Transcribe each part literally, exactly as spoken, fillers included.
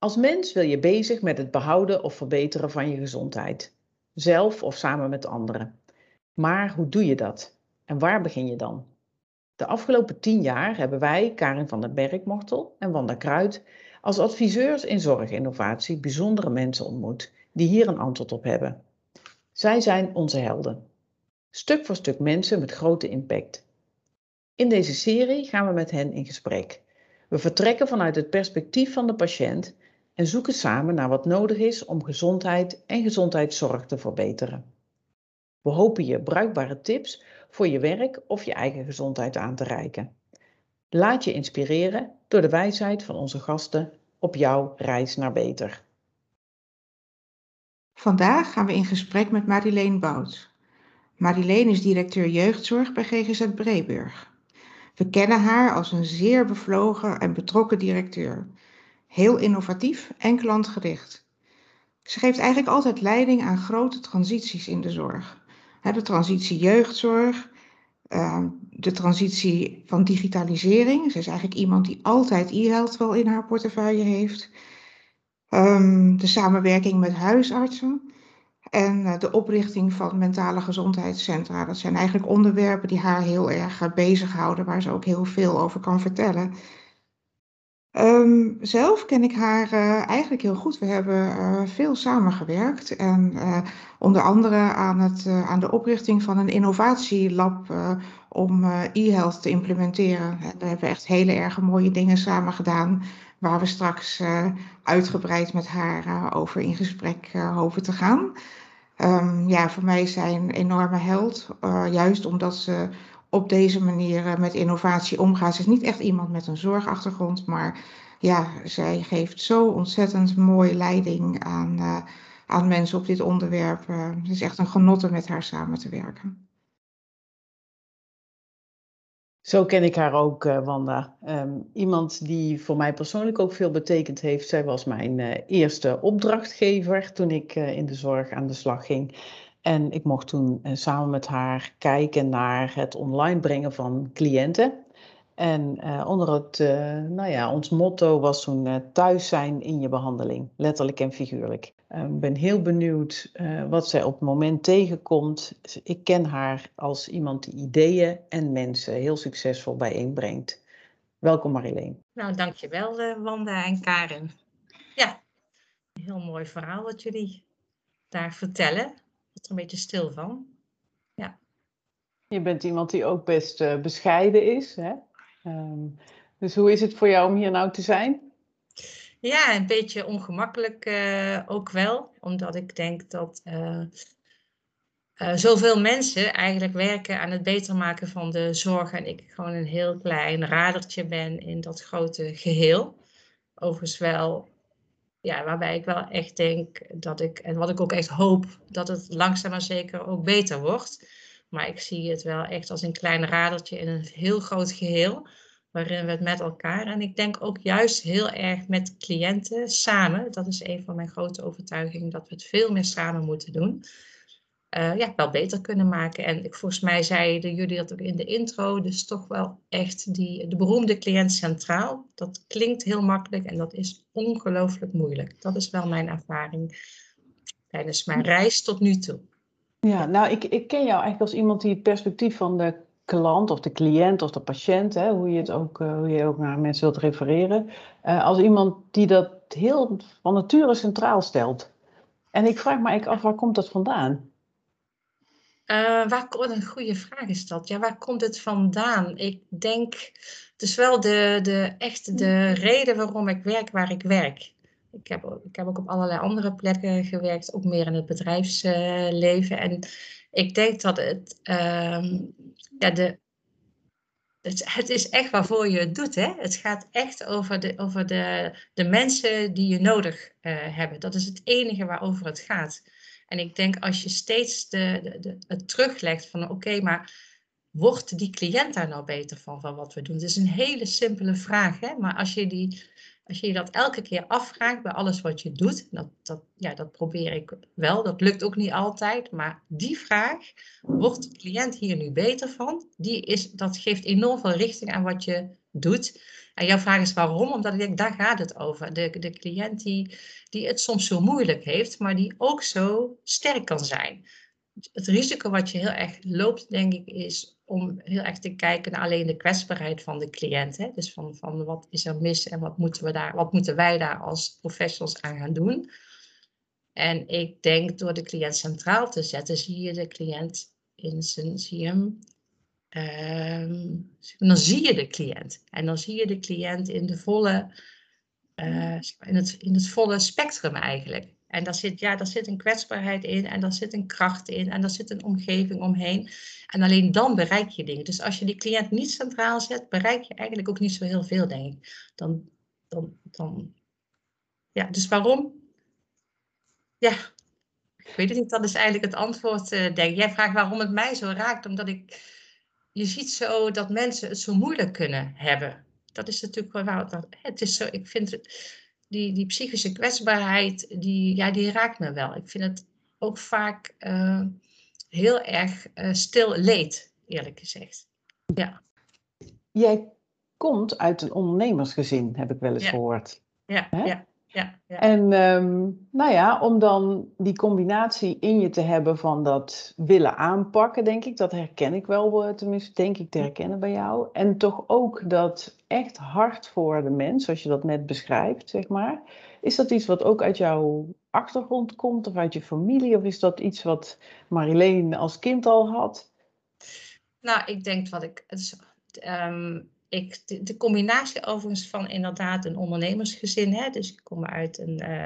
Als mens wil je bezig met het behouden of verbeteren van je gezondheid. Zelf of samen met anderen. Maar hoe doe je dat? En waar begin je dan? De afgelopen tien jaar hebben wij, Karin van den Berg-Mortel en Wanda Kruid, als adviseurs in zorginnovatie bijzondere mensen ontmoet die hier een antwoord op hebben. Zij zijn onze helden. Stuk voor stuk mensen met grote impact. In deze serie gaan we met hen in gesprek. We vertrekken vanuit het perspectief van de patiënt en zoeken samen naar wat nodig is om gezondheid en gezondheidszorg te verbeteren. We hopen je bruikbare tips voor je werk of je eigen gezondheid aan te reiken. Laat je inspireren door de wijsheid van onze gasten op jouw reis naar beter. Vandaag gaan we in gesprek met Marileen Bout. Marileen is directeur jeugdzorg bij G G Z Breeburg. We kennen haar als een zeer bevlogen en betrokken directeur. Heel innovatief en klantgericht. Ze geeft eigenlijk altijd leiding aan grote transities in de zorg. De transitie jeugdzorg, de transitie van digitalisering. Ze is eigenlijk iemand die altijd e-health wel in haar portefeuille heeft. De samenwerking met huisartsen. En de oprichting van mentale gezondheidscentra. Dat zijn eigenlijk onderwerpen die haar heel erg bezighouden, waar ze ook heel veel over kan vertellen. Um, zelf ken ik haar uh, eigenlijk heel goed. We hebben uh, veel samengewerkt. En uh, onder andere aan, het, uh, aan de oprichting van een innovatielab uh, om uh, e-health te implementeren. En daar hebben we echt hele erg mooie dingen samen gedaan, waar we straks uh, uitgebreid met haar uh, over in gesprek uh, hopen te gaan. Um, ja, voor mij is zij een enorme held, uh, juist omdat ze op deze manier uh, met innovatie omgaat. Ze is niet echt iemand met een zorgachtergrond, maar ja, zij geeft zo ontzettend mooie leiding aan, uh, aan mensen op dit onderwerp. Uh, het is echt een genot om met haar samen te werken. Zo ken ik haar ook, uh, Wanda. Um, iemand die voor mij persoonlijk ook veel betekend heeft. Zij was mijn uh, eerste opdrachtgever toen ik uh, in de zorg aan de slag ging. En ik mocht toen uh, samen met haar kijken naar het online brengen van cliënten. En uh, onder het, uh, nou ja, ons motto was toen uh, thuis zijn in je behandeling, letterlijk en figuurlijk. Ik uh, ben heel benieuwd uh, wat zij op het moment tegenkomt. Ik ken haar als iemand die ideeën en mensen heel succesvol bijeenbrengt. Welkom Marileen. Nou, dankjewel uh, Wanda en Karin. Ja, een heel mooi verhaal wat jullie daar vertellen. Ik word er een beetje stil van. Ja. Je bent iemand die ook best uh, bescheiden is, hè? Um, dus hoe is het voor jou om hier nou te zijn? Ja, een beetje ongemakkelijk uh, ook wel. Omdat ik denk dat uh, uh, zoveel mensen eigenlijk werken aan het beter maken van de zorg. En ik gewoon een heel klein radertje ben in dat grote geheel. Overigens wel, ja, waarbij ik wel echt denk dat ik, en wat ik ook echt hoop, dat het langzaam maar zeker ook beter wordt. Maar ik zie het wel echt als een klein radertje in een heel groot geheel, waarin we het met elkaar, en ik denk ook juist heel erg met cliënten samen, dat is een van mijn grote overtuigingen, dat we het veel meer samen moeten doen, uh, ja, wel beter kunnen maken. En ik, volgens mij zeiden jullie dat ook in de intro, dus toch wel echt die, de beroemde cliënt centraal. Dat klinkt heel makkelijk en dat is ongelooflijk moeilijk. Dat is wel mijn ervaring tijdens mijn reis tot nu toe. Ja, nou, ik, ik ken jou eigenlijk als iemand die het perspectief van de klant of de cliënt of de patiënt, hè, hoe je het ook, uh, hoe je ook naar mensen wilt refereren, uh, als iemand die dat heel van nature centraal stelt. En ik vraag me eigenlijk af, waar komt dat vandaan? Uh, waar, wat een goede vraag is dat. Ja, waar komt het vandaan? Ik denk, het is wel de, de, echt de reden waarom ik werk waar ik werk. Ik heb, ik heb ook op allerlei andere plekken gewerkt, ook meer in het bedrijfsleven. Uh, en ik denk dat het, uh, ja, de, het, het is echt waarvoor je het doet. Hè? Het gaat echt over de, over de, de mensen die je nodig uh, hebben. Dat is het enige waarover het gaat. En ik denk als je steeds de, de, de, het teruglegt van oké, okay, maar wordt die cliënt daar nou beter van, van wat we doen? Het is een hele simpele vraag, hè? Maar als je, die, als je dat elke keer afvraagt bij alles wat je doet, dat, dat, ja, dat probeer ik wel, dat lukt ook niet altijd, maar die vraag, wordt de cliënt hier nu beter van? Die is, dat geeft enorm veel richting aan wat je doet. En jouw vraag is waarom? Omdat ik denk, daar gaat het over. De, de cliënt die, die het soms zo moeilijk heeft, maar die ook zo sterk kan zijn. Het risico wat je heel erg loopt, denk ik, is om heel erg te kijken naar alleen de kwetsbaarheid van de cliënt. Hè? Dus van, van wat is er mis en wat moeten, we daar, wat moeten wij daar als professionals aan gaan doen. En ik denk door de cliënt centraal te zetten, zie je de cliënt in zijn, zie je hem, um, dan zie je de cliënt. En dan zie je de cliënt in de volle, uh, in het, in het volle spectrum eigenlijk. En daar zit, ja, daar zit een kwetsbaarheid in en daar zit een kracht in en daar zit een omgeving omheen. En alleen dan bereik je dingen. Dus als je die cliënt niet centraal zet, bereik je eigenlijk ook niet zo heel veel, denk ik. Dan, dan, dan, ja, dus waarom? Ja, ik weet het niet. Dat is eigenlijk het antwoord, uh, denk ik. Jij vraagt waarom het mij zo raakt, omdat ik, je ziet zo dat mensen het zo moeilijk kunnen hebben. Dat is natuurlijk wel waar. Dat, het is zo, ik vind het, die, die psychische kwetsbaarheid, die, ja, die raakt me wel. Ik vind het ook vaak uh, heel erg uh, stil leed, eerlijk gezegd. Ja. Jij komt uit een ondernemersgezin, heb ik wel eens ja. gehoord. Ja, Hè? ja, ja, ja. En um, nou ja, om dan die combinatie in je te hebben van dat willen aanpakken, denk ik, dat herken ik wel, tenminste denk ik te herkennen bij jou. En toch ook dat echt hart voor de mens, zoals je dat net beschrijft, zeg maar. Is dat iets wat ook uit jouw achtergrond komt of uit je familie? Of is dat iets wat Marileen als kind al had? Nou, ik denk wat ik... Dus, um, Ik, de, de combinatie overigens van inderdaad een ondernemersgezin. Hè? Dus ik kom uit een uh,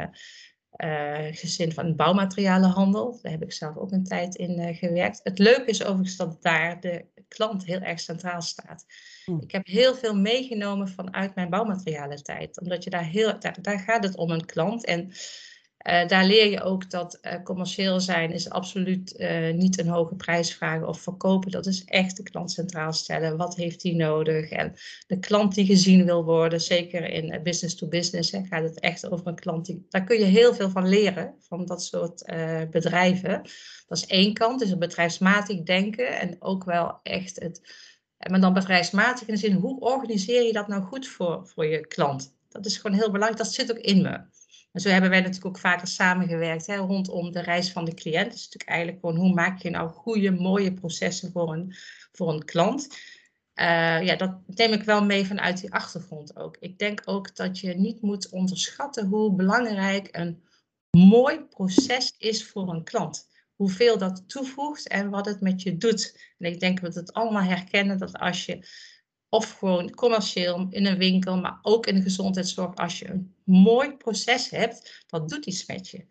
uh, gezin van een bouwmaterialenhandel. Daar heb ik zelf ook een tijd in uh, gewerkt. Het leuke is overigens dat daar de klant heel erg centraal staat. Hm. Ik heb heel veel meegenomen vanuit mijn bouwmaterialentijd. Omdat je daar heel, daar, daar gaat het om een klant. En Uh, daar leer je ook dat uh, commercieel zijn is absoluut uh, niet een hoge prijs vragen of verkopen. Dat is echt de klant centraal stellen. Wat heeft hij nodig? En de klant die gezien wil worden, zeker in uh, business to business, hè, gaat het echt over een klant. Die, daar kun je heel veel van leren, van dat soort uh, bedrijven. Dat is één kant, dus het bedrijfsmatig denken en ook wel echt het... Maar dan bedrijfsmatig in de zin, hoe organiseer je dat nou goed voor, voor je klant? Dat is gewoon heel belangrijk, dat zit ook in me. En zo hebben wij natuurlijk ook vaker samengewerkt hè, rondom de reis van de cliënt. Dat is natuurlijk eigenlijk gewoon hoe maak je nou goede, mooie processen voor een, voor een klant. Uh, ja, dat neem ik wel mee vanuit die achtergrond ook. Ik denk ook dat je niet moet onderschatten hoe belangrijk een mooi proces is voor een klant. Hoeveel dat toevoegt en wat het met je doet. En ik denk dat we het allemaal herkennen dat als je... Of gewoon commercieel in een winkel, maar ook in de gezondheidszorg. Als je een mooi proces hebt, dat doet iets met je.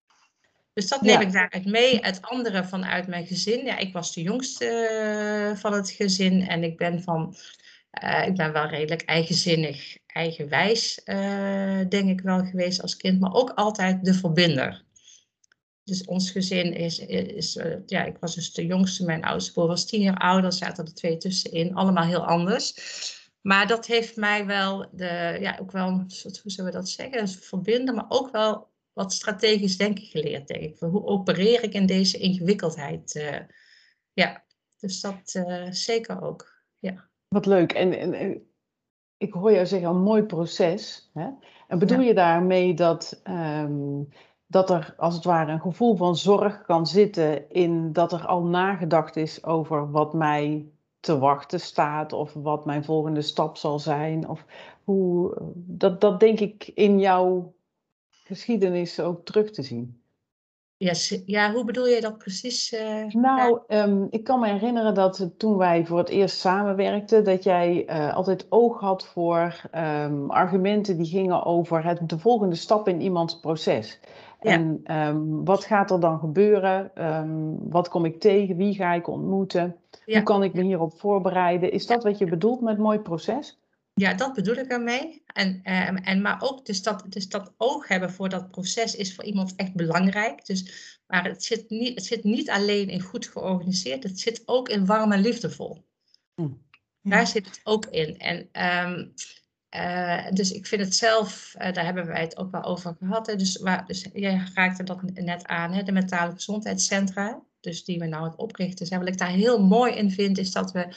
Dus dat neem ja. ik daaruit mee. Het andere vanuit mijn gezin. Ja, ik was de jongste van het gezin. En ik ben, van, uh, ik ben wel redelijk eigenzinnig, eigenwijs, uh, denk ik wel geweest als kind. Maar ook altijd de verbinder. Dus ons gezin is, is uh, ja, ik was dus de jongste, mijn oudste broer was tien jaar ouder, zaten er twee tussenin, allemaal heel anders. Maar dat heeft mij wel, de, ja, ook wel, hoe zullen we dat zeggen, verbinden, maar ook wel wat strategisch denken geleerd, denk ik. Hoe opereer ik in deze ingewikkeldheid? Uh, ja, dus dat uh, zeker ook, ja. Wat leuk. En, en ik hoor jou zeggen, een mooi proces. Hè? En bedoel ja. je daarmee dat... Um, dat er als het ware een gevoel van zorg kan zitten in dat er al nagedacht is over wat mij te wachten staat of wat mijn volgende stap zal zijn. Of hoe, dat, dat denk ik in jouw geschiedenis ook terug te zien. Ja, ja, hoe bedoel je dat precies? Uh, nou, um, ik kan me herinneren dat toen wij voor het eerst samenwerkten, dat jij uh, altijd oog had voor um, argumenten die gingen over het, de volgende stap in iemands proces. Ja. En um, wat gaat er dan gebeuren? Um, wat kom ik tegen? Wie ga ik ontmoeten? Ja. Hoe kan ik me hierop voorbereiden? Is dat wat je bedoelt met mooi proces? Ja, dat bedoel ik ermee. En, uh, en, maar ook dus dat, dus dat oog hebben voor dat proces is voor iemand echt belangrijk. Dus, maar het zit, niet, het zit niet alleen in goed georganiseerd, het zit ook in warm en liefdevol. Mm. Daar zit het ook in. En, um, uh, dus ik vind het zelf, uh, daar hebben wij het ook wel over gehad. Hè. Dus, waar, dus jij raakte dat net aan, hè, de mentale gezondheidscentra. Dus die we nou aan het oprichten zijn. Wat ik daar heel mooi in vind, is dat we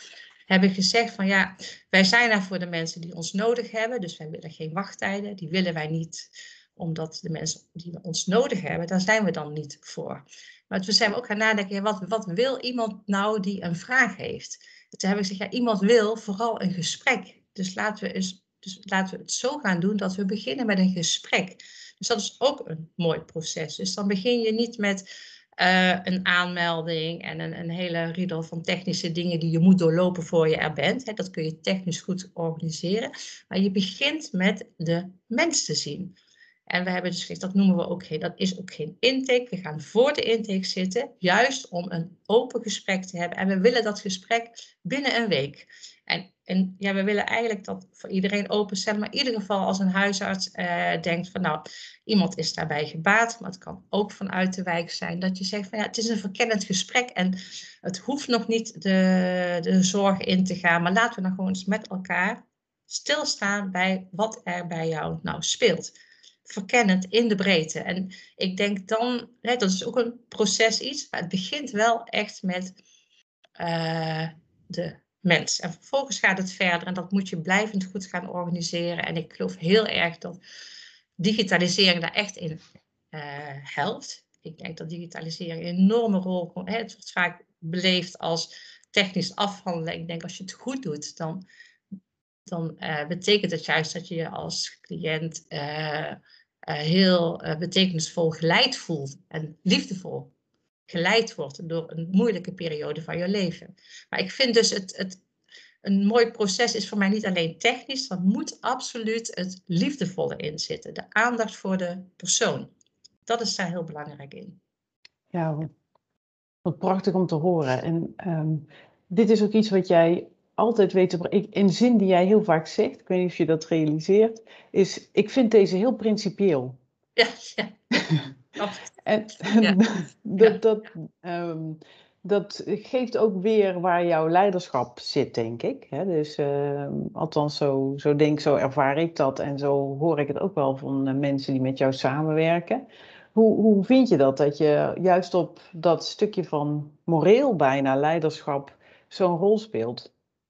hebben gezegd van ja, wij zijn er voor de mensen die ons nodig hebben. Dus wij willen geen wachttijden. Die willen wij niet omdat de mensen die ons nodig hebben, daar zijn we dan niet voor. Maar toen zijn we ook gaan nadenken, ja, wat, wat wil iemand nou die een vraag heeft? Toen heb ik gezegd, ja, iemand wil vooral een gesprek. Dus laten we, eens, dus laten we het zo gaan doen dat we beginnen met een gesprek. Dus dat is ook een mooi proces. Dus dan begin je niet met uh, een aanmelding en een, een hele riedel van technische dingen die je moet doorlopen voor je er bent. Hè, dat kun je technisch goed organiseren. Maar je begint met de mens te zien. En we hebben dus gezegd, dat noemen we ook geen, dat is ook geen intake. We gaan voor de intake zitten, juist om een open gesprek te hebben. En we willen dat gesprek binnen een week. En, en ja, we willen eigenlijk dat voor iedereen openstellen. Maar in ieder geval als een huisarts uh, denkt van nou, iemand is daarbij gebaat. Maar het kan ook vanuit de wijk zijn dat je zegt van ja, het is een verkennend gesprek. En het hoeft nog niet de, de zorg in te gaan. Maar laten we dan gewoon eens met elkaar stilstaan bij wat er bij jou nou speelt. Verkennend in de breedte. En ik denk dan, hè, dat is ook een proces iets, maar het begint wel echt met uh, de mens. En vervolgens gaat het verder en dat moet je blijvend goed gaan organiseren. En ik geloof heel erg dat digitalisering daar echt in uh, helpt. Ik denk dat digitalisering een enorme rol, hè, het wordt vaak beleefd als technisch afhandelen. Ik denk als je het goed doet, dan, dan uh, betekent het juist dat je je als cliënt uh, Uh, heel uh, betekenisvol geleid voelt en liefdevol geleid wordt door een moeilijke periode van je leven. Maar ik vind dus het, het een mooi proces is voor mij niet alleen technisch, er moet absoluut het liefdevolle in zitten, de aandacht voor de persoon. Dat is daar heel belangrijk in. Ja, wat, wat prachtig om te horen. En um, dit is ook iets wat jij altijd weet te brengen. Een zin die jij heel vaak zegt, ik weet niet of je dat realiseert, is ik vind deze heel principieel. Ja, ja. en ja. dat, dat, um, dat geeft ook weer waar jouw leiderschap zit, denk ik. Hè? Dus uh, althans, zo, zo denk zo ervaar ik dat en zo hoor ik het ook wel van uh, mensen die met jou samenwerken. Hoe, hoe vind je dat, dat je juist op dat stukje van moreel bijna leiderschap zo'n rol speelt?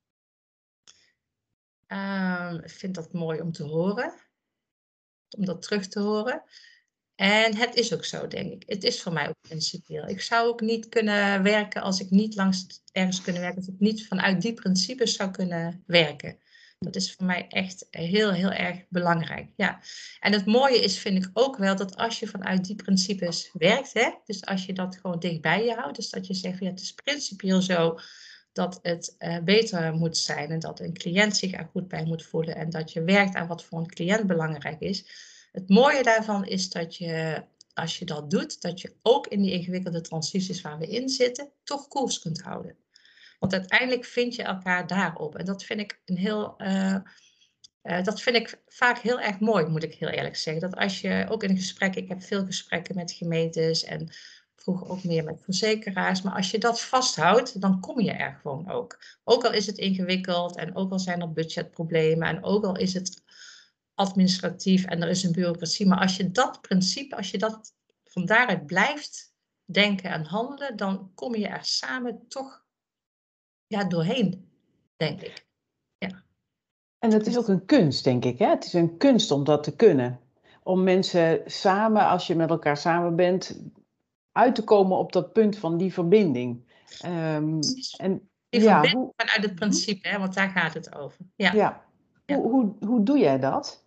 Um, ik vind dat mooi om te horen. Om dat terug te horen. En het is ook zo, denk ik. Het is voor mij ook principieel. Ik zou ook niet kunnen werken als ik niet langs ergens kunnen werken. Als ik niet vanuit die principes zou kunnen werken. Dat is voor mij echt heel, heel erg belangrijk. Ja. En het mooie is, vind ik ook wel, dat als je vanuit die principes werkt, hè, dus als je dat gewoon dichtbij je houdt, dus dat je zegt, ja, het is principieel zo dat het uh, beter moet zijn en dat een cliënt zich er goed bij moet voelen en dat je werkt aan wat voor een cliënt belangrijk is. Het mooie daarvan is dat je, als je dat doet, dat je ook in die ingewikkelde transities waar we in zitten, toch koers kunt houden. Want uiteindelijk vind je elkaar daarop. En dat vind ik een heel, uh, uh, dat vind ik vaak heel erg mooi, moet ik heel eerlijk zeggen. Dat als je ook in een gesprek, ik heb veel gesprekken met gemeentes en vroeger ook meer met verzekeraars. Maar als je dat vasthoudt, dan kom je er gewoon ook. Ook al is het ingewikkeld en ook al zijn er budgetproblemen en ook al is het administratief en er is een bureaucratie. Maar als je dat principe, als je dat van daaruit blijft denken en handelen, dan kom je er samen toch ja, doorheen, denk ik. Ja. En het is ook een kunst, denk ik. Hè? Het is een kunst om dat te kunnen. Om mensen samen, als je met elkaar samen bent, uit te komen op dat punt van die verbinding. Um, en, die ja, verbinding hoe, vanuit het principe, hè, want daar gaat het over. Ja. ja. Ja. Hoe, hoe, hoe doe jij dat?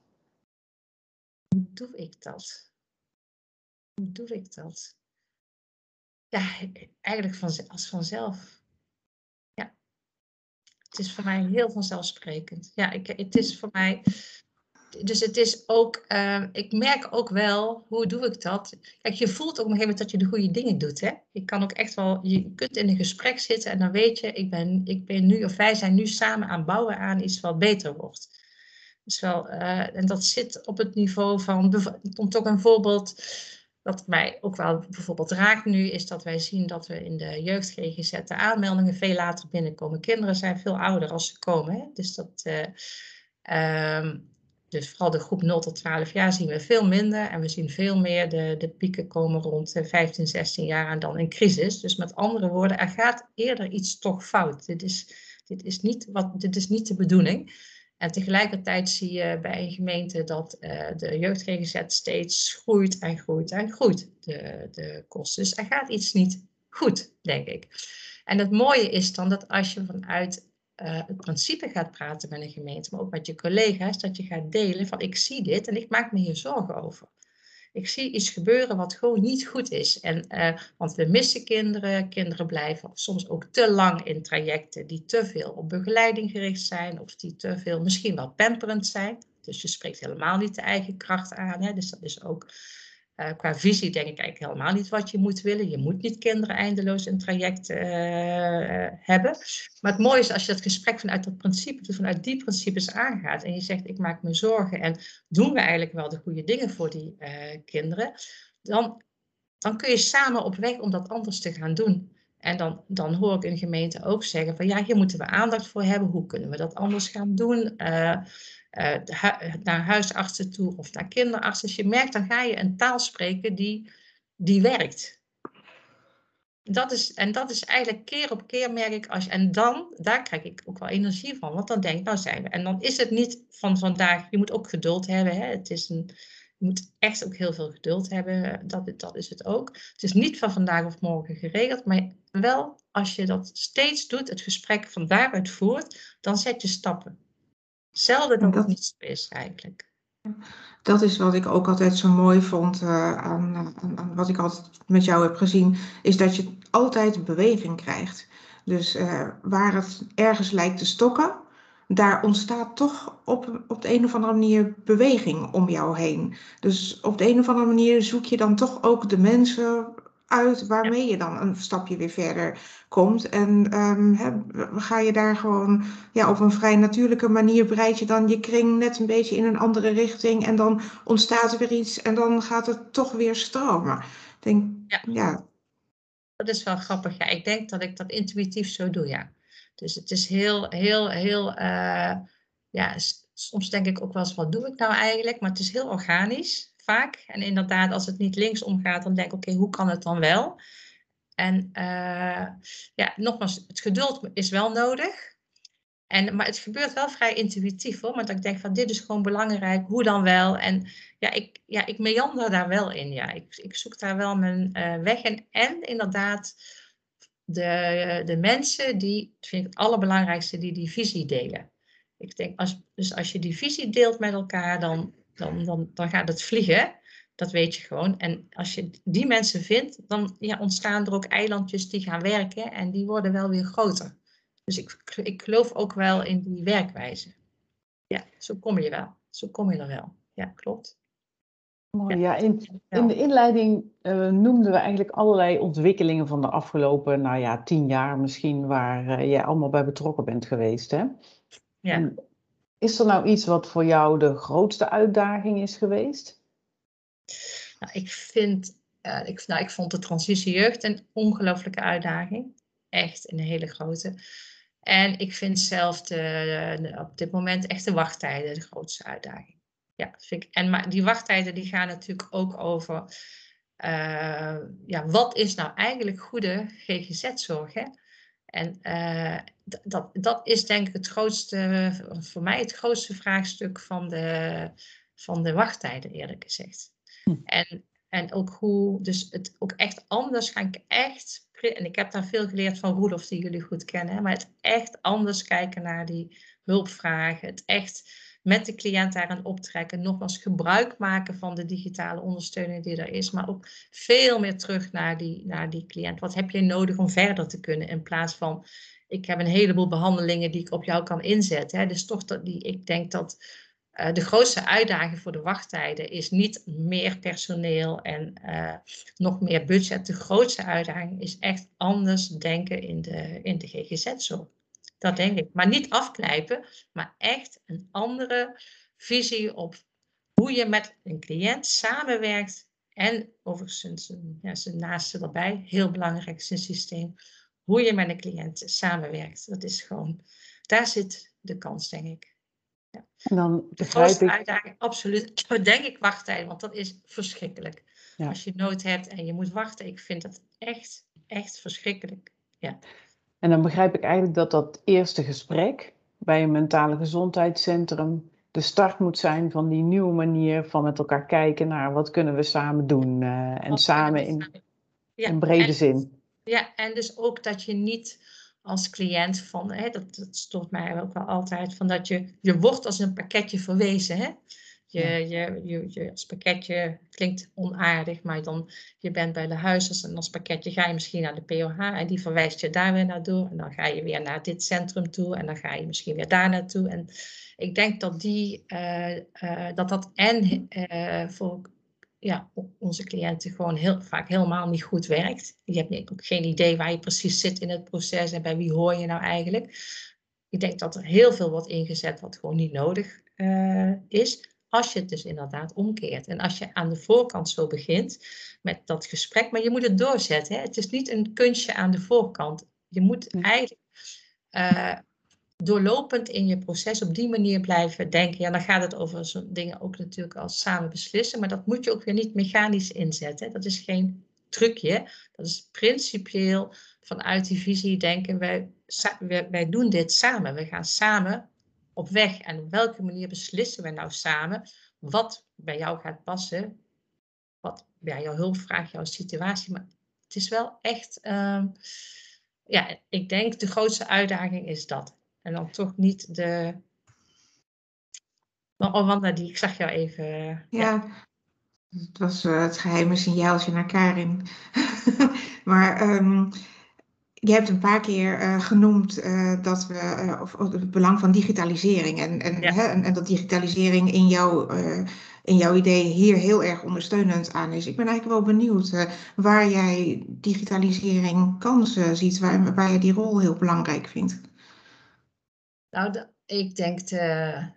Hoe doe ik dat? Hoe doe ik dat? Ja, eigenlijk van, als vanzelf. Ja. Het is voor mij heel vanzelfsprekend. Ja, ik, het is voor mij... Dus het is ook, uh, ik merk ook wel, hoe doe ik dat? Kijk, je voelt op een gegeven moment dat je de goede dingen doet, hè? Je kan ook echt wel, je kunt in een gesprek zitten en dan weet je, ik ben, ik ben nu, of wij zijn nu samen aan bouwen aan iets wat beter wordt. Dus wel, uh, en dat zit op het niveau van, om toch een voorbeeld, dat mij ook wel bijvoorbeeld raakt nu, is dat wij zien dat we in de jeugd-G G Z de aanmeldingen veel later binnenkomen. Kinderen zijn veel ouder als ze komen, hè? Dus dat... Uh, um, Dus vooral de groep nul tot twaalf jaar zien we veel minder. En we zien veel meer de, de pieken komen rond vijftien, zestien jaar en dan in crisis. Dus met andere woorden, er gaat eerder iets toch fout. Dit is, Dit is niet, wat, dit is niet de bedoeling. En tegelijkertijd zie je bij een gemeente dat uh, de jeugd-G G Z steeds groeit en groeit en groeit, de, de kosten. Dus er gaat iets niet goed, denk ik. En het mooie is dan dat als je vanuit uh, het principe gaat praten met een gemeente, maar ook met je collega's, dat je gaat delen van ik zie dit en ik maak me hier zorgen over. Ik zie iets gebeuren wat gewoon niet goed is. En, uh, want we missen kinderen. Kinderen blijven soms ook te lang in trajecten die te veel op begeleiding gericht zijn. Of die te veel misschien wel pamperend zijn. Dus je spreekt helemaal niet de eigen kracht aan. Hè? Dus dat is ook uh, qua visie denk ik eigenlijk helemaal niet wat je moet willen. Je moet niet kinderen eindeloos in trajecten uh, hebben. Maar het mooie is als je dat gesprek vanuit dat principe, dus vanuit die principes aangaat. En je zegt ik maak me zorgen en doen we eigenlijk wel de goede dingen voor die uh, kinderen. Dan, dan kun je samen op weg om dat anders te gaan doen. En dan, dan hoor ik een gemeente ook zeggen van ja, hier moeten we aandacht voor hebben. Hoe kunnen we dat anders gaan doen? Uh, uh, hu- naar huisartsen toe of naar kinderartsen. Als je merkt, dan ga je een taal spreken die, die werkt. Dat is, en dat is eigenlijk keer op keer merk ik. Als je, en dan, daar krijg ik ook wel energie van. Want dan denk ik, nou zijn we. En dan is het niet van vandaag. Je moet ook geduld hebben. Hè. Het is een, je moet echt ook heel veel geduld hebben. Dat, dat is het ook. Het is niet van vandaag of morgen geregeld. Maar wel als je dat steeds doet, het gesprek van daaruit voert. Dan zet je stappen. Zelden dat, dat het niet zo is eigenlijk. Dat is wat ik ook altijd zo mooi vond uh, aan, aan, aan wat ik altijd met jou heb gezien, is dat je altijd beweging krijgt. Dus uh, waar het ergens lijkt te stokken, daar ontstaat toch op, op de een of andere manier beweging om jou heen. Dus op de een of andere manier zoek je dan toch ook de mensen uit waarmee ja. je dan een stapje weer verder komt. En um, he, ga je daar gewoon ja, op een vrij natuurlijke manier breid je dan je kring net een beetje in een andere richting. En dan ontstaat er weer iets en dan gaat het toch weer stromen. Ik denk, ja. ja. Dat is wel grappig. Ja, ik denk dat ik dat intuïtief zo doe, ja. Dus het is heel, heel, heel... Uh, ja, soms denk ik ook wel eens, wat doe ik nou eigenlijk? Maar het is heel organisch, vaak. En inderdaad, als het niet linksom gaat, dan denk ik, oké, okay, hoe kan het dan wel? En uh, ja, nogmaals, het geduld is wel nodig. En, maar het gebeurt wel vrij intuïtief hoor. Want ik denk van dit is gewoon belangrijk. Hoe dan wel? En ja, ik, ja, ik meander daar wel in. Ja. Ik, ik zoek daar wel mijn uh, weg in. En inderdaad de, de mensen die, dat vind ik het allerbelangrijkste, die die visie delen. Ik denk, als, dus als je die visie deelt met elkaar, dan, dan, dan, dan gaat het vliegen. Dat weet je gewoon. En als je die mensen vindt, dan ja, ontstaan er ook eilandjes die gaan werken. En die worden wel weer groter. Dus ik, ik geloof ook wel in die werkwijze. Ja, zo kom je wel. Zo kom je er wel. Ja, klopt. Mooi, ja, in, in de inleiding uh, noemden we eigenlijk allerlei ontwikkelingen van de afgelopen, nou ja, tien jaar misschien, waar uh, jij allemaal bij betrokken bent geweest, hè? Ja. En is er nou iets wat voor jou de grootste uitdaging is geweest? Nou, ik vind, uh, ik, nou, ik vond de transitie jeugd een ongelooflijke uitdaging. Echt een hele grote. En ik vind zelf de, de, op dit moment echt de wachttijden de grootste uitdaging. Ja, dat vind ik. En maar die wachttijden die gaan natuurlijk ook over, uh, ja, wat is nou eigenlijk goede G G Z-zorg? Hè? En uh, dat, dat is denk ik het grootste, voor mij het grootste vraagstuk van de, van de wachttijden, eerlijk gezegd. Hm. En, en ook hoe, dus het ook echt anders ga ik echt, en ik heb daar veel geleerd van Roelof, die jullie goed kennen, hè, maar het echt anders kijken naar die hulpvragen, het echt met de cliënt daarin optrekken, nogmaals gebruik maken van de digitale ondersteuning die er is, maar ook veel meer terug naar die, naar die cliënt. Wat heb je nodig om verder te kunnen, in plaats van, ik heb een heleboel behandelingen die ik op jou kan inzetten. Hè. Dus toch, dat die, ik denk dat uh, de grootste uitdaging voor de wachttijden is niet meer personeel en uh, nog meer budget. De grootste uitdaging is echt anders denken in de, in de G G Z-zorg. Dat denk ik. Maar niet afknijpen, maar echt een andere visie op hoe je met een cliënt samenwerkt. En overigens ja, zijn naaste erbij, heel belangrijk zijn systeem. Hoe je met een cliënt samenwerkt. Dat is gewoon, daar zit de kans, denk ik. Ja. En dan de grootste ik... uitdaging, absoluut. Denk ik wachttijden, want dat is verschrikkelijk. Ja. Als je nood hebt en je moet wachten, ik vind dat echt, echt verschrikkelijk. Ja. En dan begrijp ik eigenlijk dat dat eerste gesprek bij een mentale gezondheidscentrum de start moet zijn van die nieuwe manier van met elkaar kijken naar wat kunnen we samen doen. Uh, en Wat samen kunnen we in, samen- Ja, in brede en, zin. ja, en dus ook dat je niet als cliënt van, hè, dat, dat stoort mij ook wel altijd, van dat je, je wordt als een pakketje verwezen. Hè? Je, Ja. je, je, je als pakketje klinkt onaardig, maar dan, je bent bij de huisarts en als pakketje ga je misschien naar de P O H en die verwijst je daar weer naartoe. En dan ga je weer naar dit centrum toe en dan ga je misschien weer daar naartoe. En ik denk dat die, uh, uh, dat dat en uh, voor ja, onze cliënten gewoon heel vaak helemaal niet goed werkt. Je hebt ook geen idee waar je precies zit in het proces en bij wie hoor je nou eigenlijk. Ik denk dat er heel veel wordt ingezet wat gewoon niet nodig uh, is. Als je het dus inderdaad omkeert. En als je aan de voorkant zo begint met dat gesprek, maar je moet het doorzetten. Hè? Het is niet een kunstje aan de voorkant. Je moet Ja. eigenlijk uh, doorlopend in je proces op die manier blijven denken. Ja, dan gaat het over zo'n dingen ook natuurlijk als samen beslissen. Maar dat moet je ook weer niet mechanisch inzetten. Dat is geen trucje. Dat is principieel vanuit die visie denken. Wij, wij, wij doen dit samen. We gaan samen op weg. En op welke manier beslissen we nou samen wat bij jou gaat passen. Wat bij jouw hulpvraag, jouw situatie. Maar het is wel echt... Uh, ja, ik denk de grootste uitdaging is dat. En dan toch niet de... Maar oh, Wanda, die, ik zag jou even... Ja, ja. het was uh, het geheime signaaltje naar Karin. Maar um, je hebt een paar keer uh, genoemd uh, dat we, uh, of, of het belang van digitalisering. En, en, Ja. hè, en, en dat digitalisering in, jou, uh, in jouw idee hier heel erg ondersteunend aan is. Ik ben eigenlijk wel benieuwd uh, waar jij digitalisering kansen ziet, waar, waar je die rol heel belangrijk vindt. Nou, de, ik, denk de,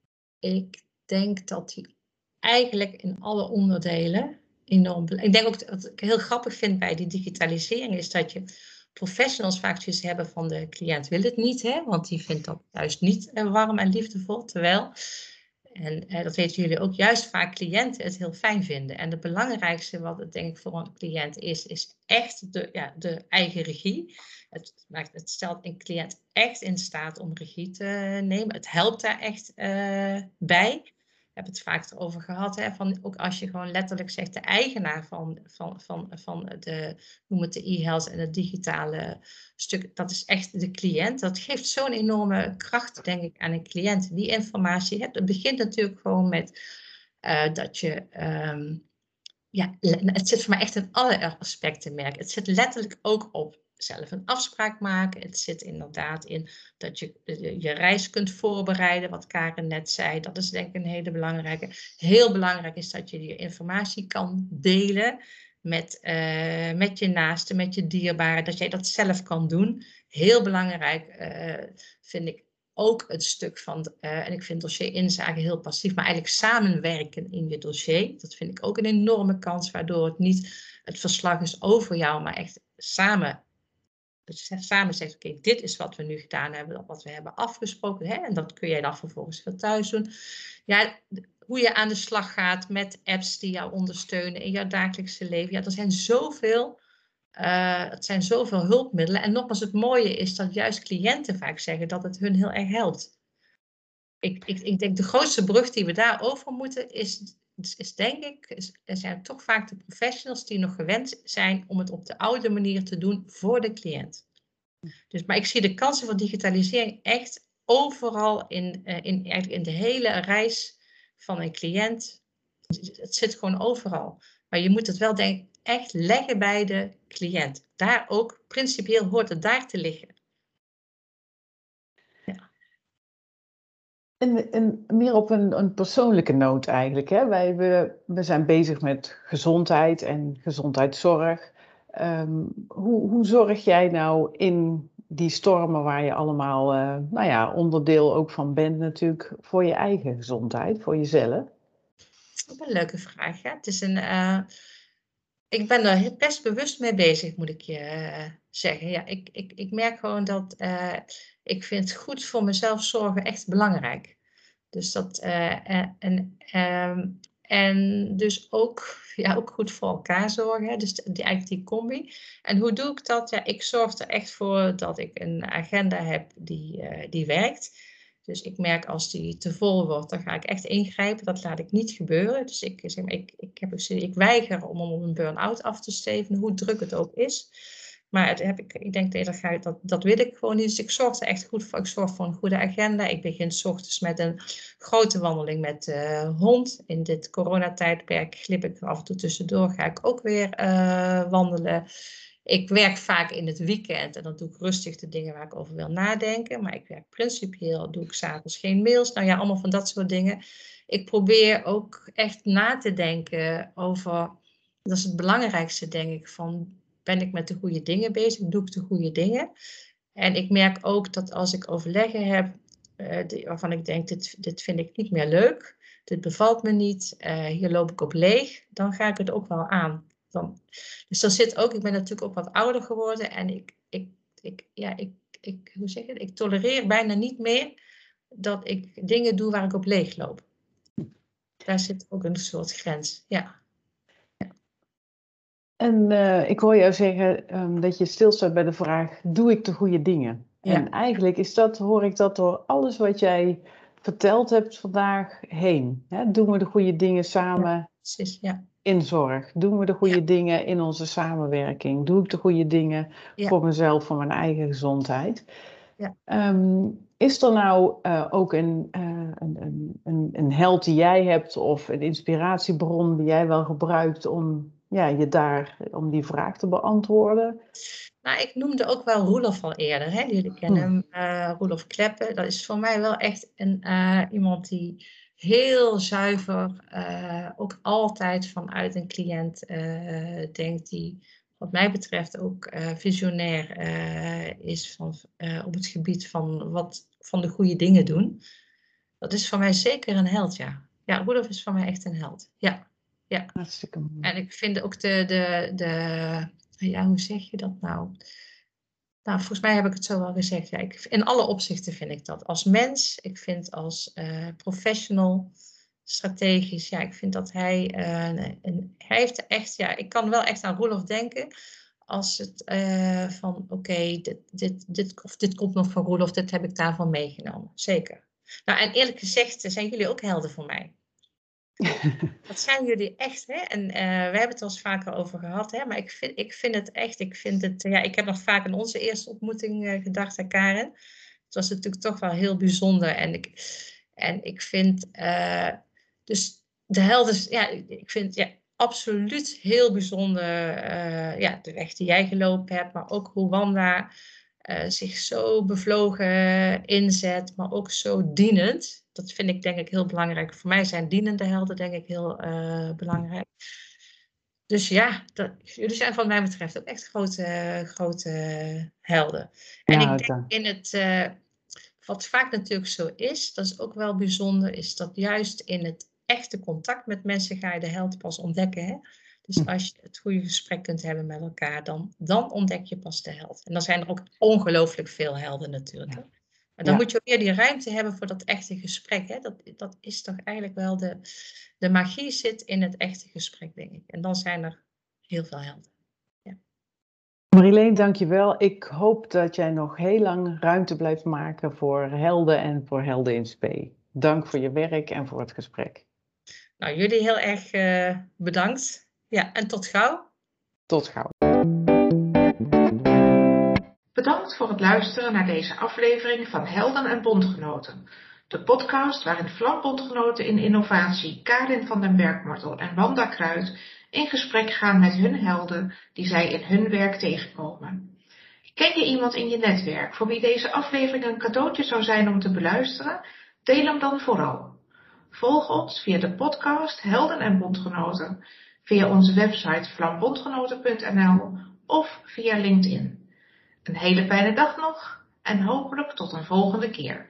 ik denk dat die eigenlijk in alle onderdelen enorm... Ik denk ook, wat ik heel grappig vind bij die digitalisering is dat je professionals vaak zoiets hebben van de cliënt wil het niet, hè? Want die vindt dat juist niet uh, warm en liefdevol. Terwijl, en uh, dat weten jullie ook, juist vaak cliënten het heel fijn vinden. En het belangrijkste wat het denk ik voor een cliënt is, is echt de, ja, de eigen regie. Het, maakt, het stelt een cliënt echt in staat om regie te nemen. Het helpt daar echt uh, bij. Ik heb het vaak erover gehad, hè, van ook als je gewoon letterlijk zegt de eigenaar van, van, van, van de, noem het de e-health en het digitale stuk, dat is echt de cliënt. Dat geeft zo'n enorme kracht, denk ik, aan een cliënt, die informatie hebt. Het begint natuurlijk gewoon met uh, dat je, um, ja, het zit voor mij echt in alle aspecten, merk. Het zit letterlijk ook op zelf een afspraak maken. Het zit inderdaad in dat je je reis kunt voorbereiden, wat Karen net zei. Dat is denk ik een hele belangrijke. Heel belangrijk is dat je je informatie kan delen met, uh, met je naasten, met je dierbaren. Dat jij dat zelf kan doen. Heel belangrijk uh, vind ik ook het stuk van, uh, en ik vind dossier inzage heel passief, maar eigenlijk samenwerken in je dossier. Dat vind ik ook een enorme kans, waardoor het niet het verslag is over jou, maar echt samen. Dat je samen zegt, oké, okay, dit is wat we nu gedaan hebben, wat we hebben afgesproken. Hè? En dat kun jij dan vervolgens weer thuis doen. Ja, hoe je aan de slag gaat met apps die jou ondersteunen in jouw dagelijkse leven. Ja, er zijn zoveel, uh, het zijn zoveel hulpmiddelen. En nogmaals, het mooie is dat juist cliënten vaak zeggen dat het hun heel erg helpt. Ik, ik, ik denk de grootste brug die we daarover moeten is, is, is denk ik, is, er zijn toch vaak de professionals die nog gewend zijn om het op de oude manier te doen voor de cliënt. Dus, maar ik zie de kansen van digitalisering echt overal in, uh, in, eigenlijk in de hele reis van een cliënt. Het zit gewoon overal. Maar je moet het wel denk ik echt leggen bij de cliënt. Daar ook, principieel hoort het daar te liggen. Ja. En, en meer op een, een persoonlijke noot eigenlijk. Hè? Wij, we, we zijn bezig met gezondheid en gezondheidszorg. Um, hoe, hoe zorg jij nou in die stormen waar je allemaal uh, nou ja, onderdeel ook van bent natuurlijk, voor je eigen gezondheid, voor jezelf? Dat is een leuke vraag. Hè? Het is een, uh, ik ben er best bewust mee bezig, moet ik je uh, zeggen. Ja, ik, ik, ik merk gewoon dat uh, ik vind goed voor mezelf zorgen echt belangrijk. Dus dat, uh, en, um, En dus ook, ja, ook goed voor elkaar zorgen. Hè? Dus die, eigenlijk die combi. En hoe doe ik dat? Ja, ik zorg er echt voor dat ik een agenda heb die, uh, die werkt. Dus ik merk als die te vol wordt, dan ga ik echt ingrijpen. Dat laat ik niet gebeuren. Dus ik, zeg maar, ik, ik, heb, ik weiger om om een burn-out af te stevenen, hoe druk het ook is. Maar het heb ik, ik denk, nee, dat, ga ik, dat, dat wil ik gewoon niet. Dus ik zorg er echt goed voor. Ik zorg voor een goede agenda. Ik begin 's ochtends met een grote wandeling met de uh, hond. In dit coronatijdperk glip ik af en toe tussendoor. Ga ik ook weer uh, wandelen. Ik werk vaak in het weekend en dan doe ik rustig de dingen waar ik over wil nadenken. Maar ik werk principieel, doe ik 's avonds geen mails. Nou ja, allemaal van dat soort dingen. Ik probeer ook echt na te denken over, dat is het belangrijkste denk ik, van ben ik met de goede dingen bezig? Doe ik de goede dingen? En ik merk ook dat als ik overleggen heb, uh, die, waarvan ik denk, dit, dit vind ik niet meer leuk. Dit bevalt me niet. Uh, hier loop ik op leeg. Dan ga ik het ook wel aan. Dan, dus er zit ook, ik ben natuurlijk ook wat ouder geworden. En ik, ik, ik, ja, ik, ik, hoe zeg je het? Ik tolereer bijna niet meer dat ik dingen doe waar ik op leeg loop. Daar zit ook een soort grens, ja. En uh, ik hoor jou zeggen um, dat je stilstaat bij de vraag, doe ik de goede dingen? Ja. En eigenlijk is dat, hoor ik dat door alles wat jij verteld hebt vandaag heen. Hè? Doen we de goede dingen samen ja, precies, ja. in zorg? Doen we de goede ja. dingen in onze samenwerking? Doe ik de goede dingen ja. voor mezelf, voor mijn eigen gezondheid? Ja. Um, is er nou uh, ook een, uh, een, een, een, een held die jij hebt of een inspiratiebron die jij wel gebruikt om ja, je daar, om die vraag te beantwoorden? Nou, ik noemde ook wel Roelof al eerder. Hè? Jullie kennen hem, uh, Roelof Kleppen. Dat is voor mij wel echt een, uh, iemand die heel zuiver, uh, ook altijd vanuit een cliënt uh, denkt, die wat mij betreft ook uh, visionair uh, is van, uh, op het gebied van, wat, van de goede dingen doen. Dat is voor mij zeker een held, ja. Ja, Roelof is voor mij echt een held, ja. Ja. Hartstikke mooi. En ik vind ook de, de, de, ja, hoe zeg je dat nou? Nou, volgens mij heb ik het zo wel gezegd. Ja, ik, in alle opzichten vind ik dat. Als mens, ik vind als uh, professional, strategisch, ja, ik vind dat hij, uh, een, een, hij heeft echt, ja, ik kan wel echt aan Roelof denken. Als het uh, van, oké, okay, dit, dit, dit, of dit komt nog van Roelof, dit heb ik daarvan meegenomen. Zeker. Nou, en eerlijk gezegd zijn jullie ook helden voor mij. Dat zijn jullie echt, hè? En uh, we hebben het er al eens vaker over gehad, hè? Maar ik vind, ik vind het echt, ik vind het, ja, ik heb nog vaak aan onze eerste ontmoeting uh, gedacht, hè, Karen. Het was natuurlijk toch wel heel bijzonder. En ik, en ik vind, uh, dus de helden, ja, ik vind, ja, absoluut heel bijzonder, uh, ja, de weg die jij gelopen hebt, maar ook hoe Wanda uh, zich zo bevlogen inzet, maar ook zo dienend. Dat vind ik denk ik heel belangrijk. Voor mij zijn dienende helden denk ik heel uh, belangrijk. Dus ja, dat, jullie zijn wat mij betreft ook echt grote, grote helden. En ja, ik denk in het, uh, wat vaak natuurlijk zo is, dat is ook wel bijzonder, is dat juist in het echte contact met mensen ga je de held pas ontdekken. Hè? Dus als je het goede gesprek kunt hebben met elkaar, dan, dan ontdek je pas de held. En dan zijn er ook ongelooflijk veel helden natuurlijk. Hè? Maar dan ja. moet je ook weer die ruimte hebben voor dat echte gesprek. Hè? Dat, dat is toch eigenlijk wel de, de magie zit in het echte gesprek, denk ik. En dan zijn er heel veel helden. Ja. Marileen, dankjewel. Ik hoop dat jij nog heel lang ruimte blijft maken voor helden en voor helden in spe. Dank voor je werk en voor het gesprek. Nou, jullie heel erg uh, bedankt. Ja, en tot gauw. Tot gauw. Bedankt voor het luisteren naar deze aflevering van Helden en Bondgenoten. De podcast waarin Vlambondgenoten in Innovatie Karin van den Bergmortel en Wanda Kruid in gesprek gaan met hun helden die zij in hun werk tegenkomen. Ken je iemand in je netwerk voor wie deze aflevering een cadeautje zou zijn om te beluisteren? Deel hem dan vooral. Volg ons via de podcast Helden en Bondgenoten, via onze website vlambondgenoten punt n l of via LinkedIn. Een hele fijne dag nog en hopelijk tot een volgende keer.